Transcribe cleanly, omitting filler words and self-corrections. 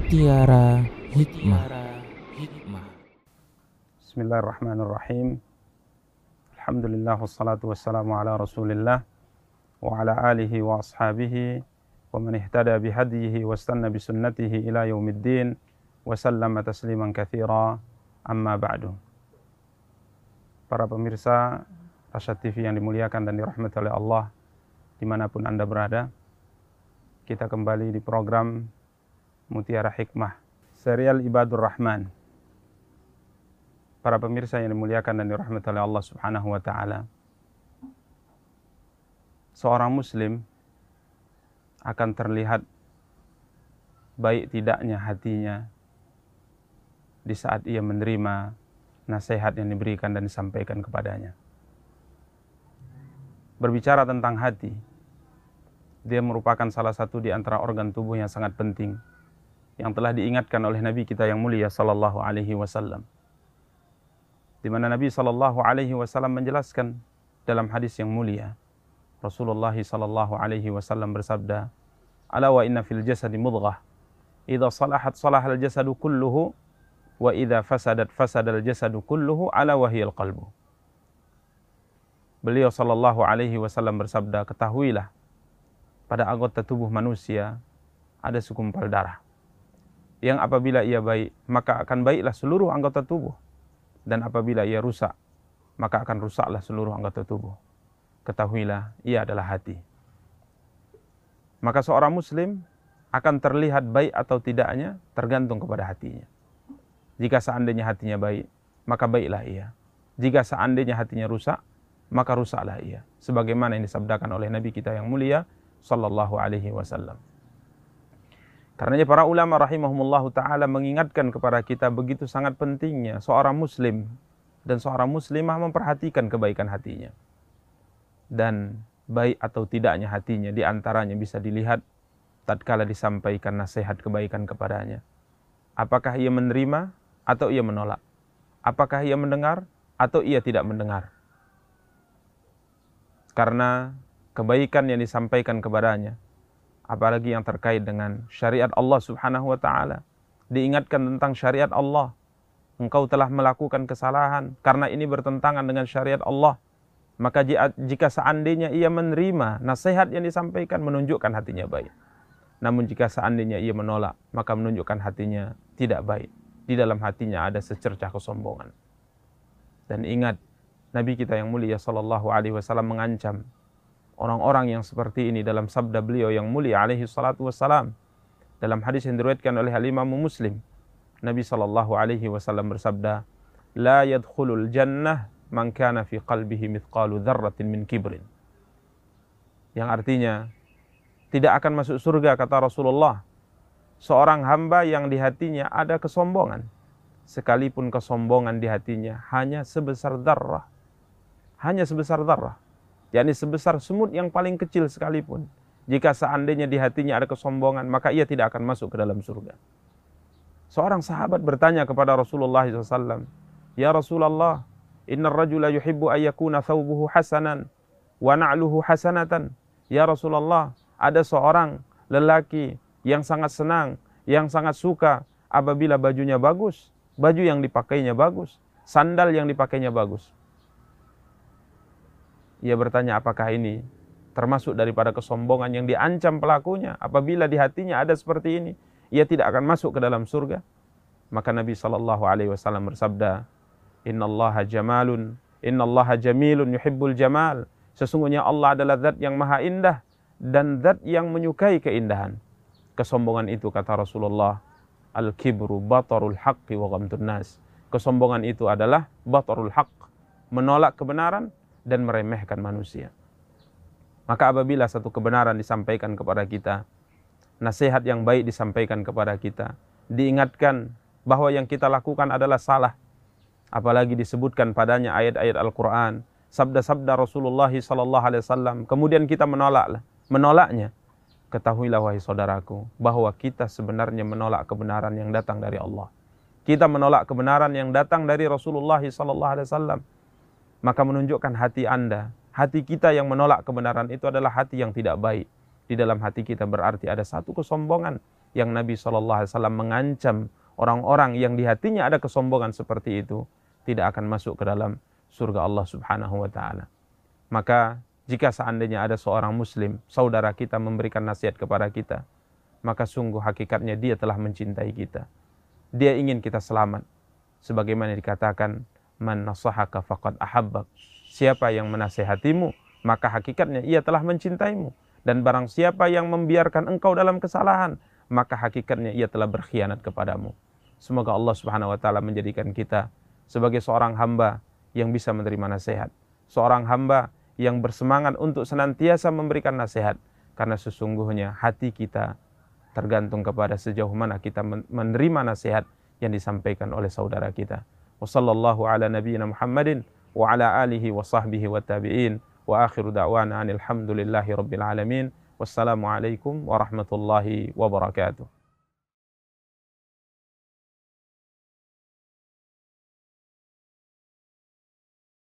Mutiara Hikmah. Bismillahirrahmanirrahim. Alhamdulillah wassalatu wassalamu ala Rasulillah wa ala alihi wa ashabihi wa man ihtada bihadihi wa istanna bisunnatihi ila yaumiddin wa sallama tasliman katsira, amma ba'du. Para pemirsa Rasyad TV yang dimuliakan dan dirahmati oleh Allah dimanapun Anda berada, kita kembali di program Mutiara Hikmah, serial Ibadur Rahman. Para pemirsa yang dimuliakan dan dirahmati oleh Allah Subhanahu wa Ta'ala, seorang Muslim akan terlihat baik tidaknya hatinya di saat ia menerima nasihat yang diberikan dan disampaikan kepadanya. Berbicara tentang hati, dia merupakan salah satu di antara organ tubuh yang sangat penting yang telah diingatkan oleh Nabi kita yang mulia sallallahu alaihi wasallam, di mana Nabi sallallahu alaihi wasallam menjelaskan dalam hadis yang mulia. Rasulullah sallallahu alaihi wasallam bersabda, "Ala wa inna fil jasadi mudghah, idza salahat salahal jasadu kulluhu, wa idza fasadat fasadal jasadu kulluhu, ala wa hiyal qalbu." Beliau sallallahu alaihi wasallam bersabda, "Ketahuilah, pada anggota tubuh manusia ada segumpal darah, yang apabila ia baik, maka akan baiklah seluruh anggota tubuh. Dan apabila ia rusak, maka akan rusaklah seluruh anggota tubuh. Ketahuilah, ia adalah hati." Maka seorang Muslim akan terlihat baik atau tidaknya tergantung kepada hatinya. Jika seandainya hatinya baik, maka baiklah ia. Jika seandainya hatinya rusak, maka rusaklah ia. Sebagaimana yang disabdakan oleh Nabi kita yang mulia sallallahu alaihi wasallam. Karenanya para ulama rahimahumullahu ta'ala mengingatkan kepada kita begitu sangat pentingnya seorang muslim dan seorang muslimah memperhatikan kebaikan hatinya. Dan baik atau tidaknya hatinya diantaranya bisa dilihat tatkala disampaikan nasihat kebaikan kepadanya. Apakah ia menerima atau ia menolak? Apakah ia mendengar atau ia tidak mendengar? Karena kebaikan yang disampaikan kepadanya, apalagi yang terkait dengan syariat Allah Subhanahu wa Ta'ala, diingatkan tentang syariat Allah. Engkau telah melakukan kesalahan karena ini bertentangan dengan syariat Allah. Maka jika seandainya ia menerima nasihat yang disampaikan, menunjukkan hatinya baik. Namun jika seandainya ia menolak, maka menunjukkan hatinya tidak baik. Di dalam hatinya ada secercah kesombongan. Dan ingat, Nabi kita yang mulia sallallahu alaihi wasallam mengancam orang-orang yang seperti ini dalam sabda beliau yang mulia alaihi salatu wassalam. Dalam hadis yang diriwayatkan oleh Imam Muslim, Nabi sallallahu alaihi wasallam bersabda, "La yadkhulul jannah man kana fi qalbihi mithqalu dzarratin min kibrin." Yang artinya, tidak akan masuk surga, kata Rasulullah, seorang hamba yang di hatinya ada kesombongan, sekalipun kesombongan di hatinya hanya sebesar dzarrah. Hanya sebesar dzarrah. yakni sebesar semut yang paling kecil sekalipun. Jika seandainya di hatinya ada kesombongan, maka ia tidak akan masuk ke dalam surga. Seorang sahabat bertanya kepada Rasulullah SAW, "Ya Rasulullah, innar rajula yuhibbu ayyakuna thawbuhu hasanan, wa na'luhu hasanatan." Ya Rasulullah, ada seorang lelaki yang sangat senang, yang sangat suka apabila bajunya bagus, baju yang dipakainya bagus, sandal yang dipakainya bagus. Ia bertanya, apakah ini termasuk daripada kesombongan yang diancam pelakunya? Apabila di hatinya ada seperti ini, ia tidak akan masuk ke dalam surga. Maka Nabi SAW bersabda, "Innallaha jamalun, innallaha jamilun yuhibbul jamal." Sesungguhnya Allah adalah zat yang maha indah dan zat yang menyukai keindahan. Kesombongan itu, kata Rasulullah, "Al-kibru batarul haqqi wa ghamtun nas." Kesombongan itu adalah batarul haqq, menolak kebenaran dan meremehkan manusia. Maka apabila satu kebenaran disampaikan kepada kita, nasihat yang baik disampaikan kepada kita, diingatkan bahwa yang kita lakukan adalah salah, apalagi disebutkan padanya ayat-ayat Al-Quran, sabda-sabda Rasulullah SAW, kemudian kita menolaknya, ketahuilah wahai saudaraku, bahwa kita sebenarnya menolak kebenaran yang datang dari Allah. Kita menolak kebenaran yang datang dari Rasulullah SAW. Maka menunjukkan hati Anda, hati kita yang menolak kebenaran itu adalah hati yang tidak baik. Di dalam hati kita berarti ada satu kesombongan yang Nabi SAW mengancam orang-orang yang di hatinya ada kesombongan seperti itu tidak akan masuk ke dalam surga Allah Subhanahu wa taala. Maka jika seandainya ada seorang muslim, saudara kita memberikan nasihat kepada kita, maka sungguh hakikatnya dia telah mencintai kita. Dia ingin kita selamat. Sebagaimana dikatakan, man nasahaka faqad ahabbak. Siapa yang menasihatimu, maka hakikatnya ia telah mencintaimu. Dan barang siapa yang membiarkan engkau dalam kesalahan, maka hakikatnya ia telah berkhianat kepadamu. Semoga Allah Subhanahu wa taala menjadikan kita sebagai seorang hamba yang bisa menerima nasihat, seorang hamba yang bersemangat untuk senantiasa memberikan nasihat, karena sesungguhnya hati kita tergantung kepada sejauh mana kita menerima nasihat yang disampaikan oleh saudara kita. Wassallallahu ala nabiyyina Muhammadin wa ala alihi wa sahbihi wa tabi'in wa akhiru da'wana alhamdulillahi rabbil alamin. Wassalamualaikum warahmatullahi wabarakatuh.